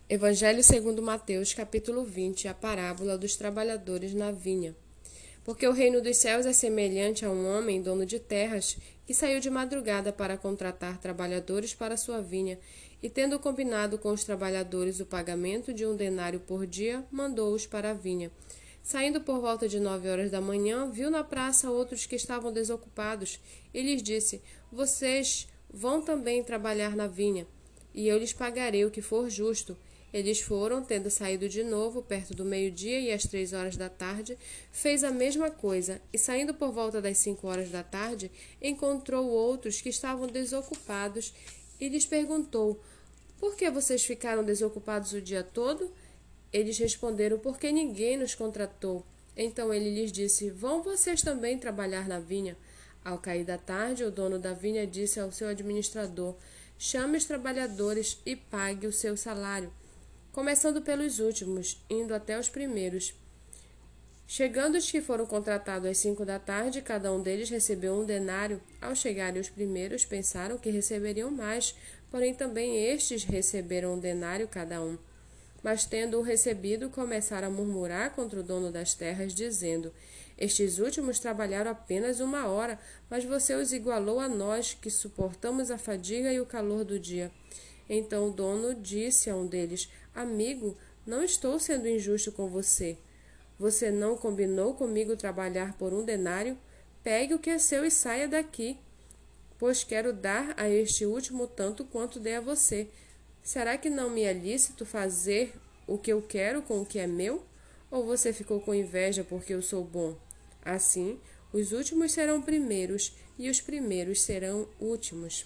Evangelho segundo Mateus, capítulo 20, a parábola dos trabalhadores na vinha. Porque o reino dos céus é semelhante a um homem, dono de terras, que saiu de madrugada para contratar trabalhadores para sua vinha, e tendo combinado com os trabalhadores o pagamento de 1 denário por dia, mandou-os para a vinha. Saindo por volta de 9 horas da manhã, viu na praça outros que estavam desocupados, e lhes disse: Vocês vão também trabalhar na vinha, e eu lhes pagarei o que for justo. Eles foram, tendo saído de novo, perto do meio-dia e às 3 horas da tarde, fez a mesma coisa, e saindo por volta das 5 horas da tarde, encontrou outros que estavam desocupados, e lhes perguntou: Por que vocês ficaram desocupados o dia todo? Eles responderam: Porque ninguém nos contratou. Então ele lhes disse: Vão vocês também trabalhar na vinha. Ao cair da tarde, o dono da vinha disse ao seu administrador: Chame os trabalhadores e pague o seu salário, começando pelos últimos, indo até os primeiros. Chegando os que foram contratados às 5 da tarde, cada um deles recebeu 1 denário. Ao chegarem os primeiros, pensaram que receberiam mais, porém também estes receberam 1 denário cada um. Mas tendo-o recebido, começaram a murmurar contra o dono das terras, dizendo: Estes últimos trabalharam apenas 1 hora, mas você os igualou a nós, que suportamos a fadiga e o calor do dia. Então o dono disse a um deles: Amigo, não estou sendo injusto com você. Você não combinou comigo trabalhar por 1 denário? Pegue o que é seu e saia daqui, pois quero dar a este último tanto quanto dei a você. Será que não me é lícito fazer o que eu quero com o que é meu? Ou você ficou com inveja porque eu sou bom? Assim, os últimos serão primeiros e os primeiros serão últimos.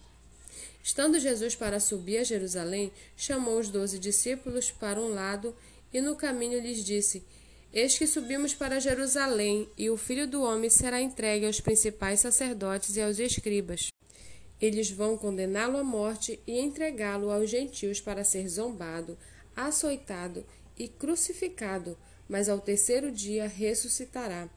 Estando Jesus para subir a Jerusalém, chamou os 12 discípulos para um lado e no caminho lhes disse: Eis que subimos para Jerusalém, e o Filho do Homem será entregue aos principais sacerdotes e aos escribas. Eles vão condená-lo à morte e entregá-lo aos gentios para ser zombado, açoitado e crucificado, mas ao terceiro dia ressuscitará.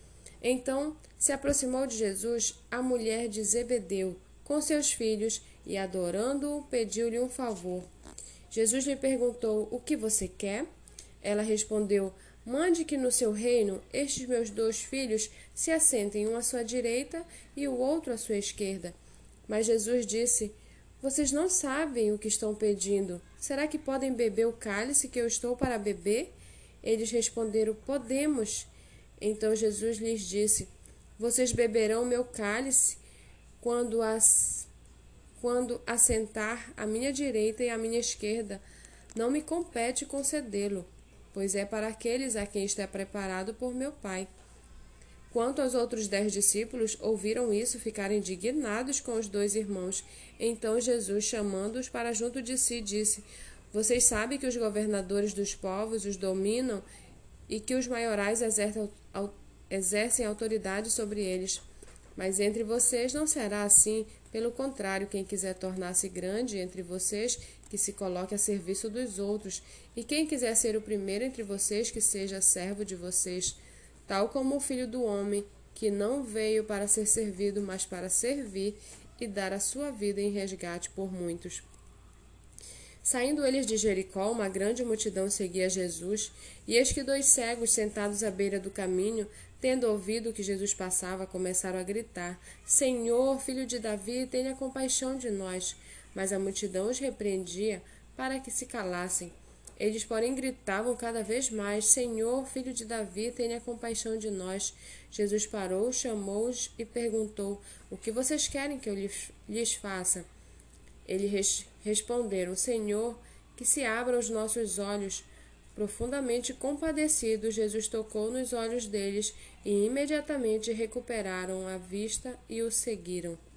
Então se aproximou de Jesus a mulher de Zebedeu com seus filhos e, adorando-o, pediu-lhe um favor. Jesus lhe perguntou: O que você quer? Ela respondeu: Mande que no seu reino estes meus 2 filhos se assentem, um à sua direita e o outro à sua esquerda. Mas Jesus disse: Vocês não sabem o que estão pedindo. Será que podem beber o cálice que eu estou para beber? Eles responderam: Podemos. Então Jesus lhes disse: Vocês beberão meu cálice quando assentar à minha direita e à minha esquerda. Não me compete concedê-lo, pois é para aqueles a quem está preparado por meu Pai. Quanto aos outros 10 discípulos, ouviram isso, ficaram indignados com os 2 irmãos. Então Jesus, chamando-os para junto de si, disse: Vocês sabem que os governadores dos povos os dominam e que os maiorais exercem autoridade sobre eles. Mas entre vocês não será assim. Pelo contrário, quem quiser tornar-se grande entre vocês, que se coloque a serviço dos outros. E quem quiser ser o primeiro entre vocês, que seja servo de vocês. Tal como o Filho do Homem, que não veio para ser servido, mas para servir e dar a sua vida em resgate por muitos. Saindo eles de Jericó, uma grande multidão seguia Jesus, e eis que 2 cegos, sentados à beira do caminho, tendo ouvido que Jesus passava, começaram a gritar: Senhor, Filho de Davi, tenha compaixão de nós. Mas a multidão os repreendia para que se calassem. Eles, porém, gritavam cada vez mais: Senhor, Filho de Davi, tenha compaixão de nós. Jesus parou, chamou-os e perguntou: O que vocês querem que eu lhes faça? Eles responderam: Senhor, que se abram os nossos olhos. Profundamente compadecido, Jesus tocou nos olhos deles e imediatamente recuperaram a vista e o seguiram.